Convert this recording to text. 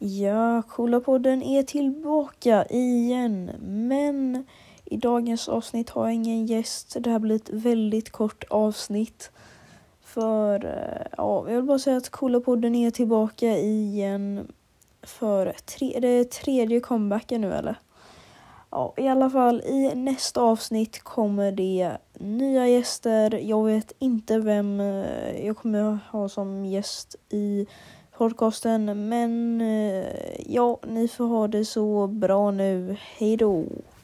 Ja, Kolla-podden är tillbaka igen, men i dagens avsnitt har jag ingen gäst. Det här blir ett väldigt kort avsnitt. För jag vill bara säga att Kolla-podden är tillbaka igen för det är tredje comebacken nu, eller? Ja, i alla fall i nästa avsnitt kommer det nya gäster. Jag vet inte vem jag kommer ha som gäst i podcasten, men ni får ha det så bra nu. Hej då!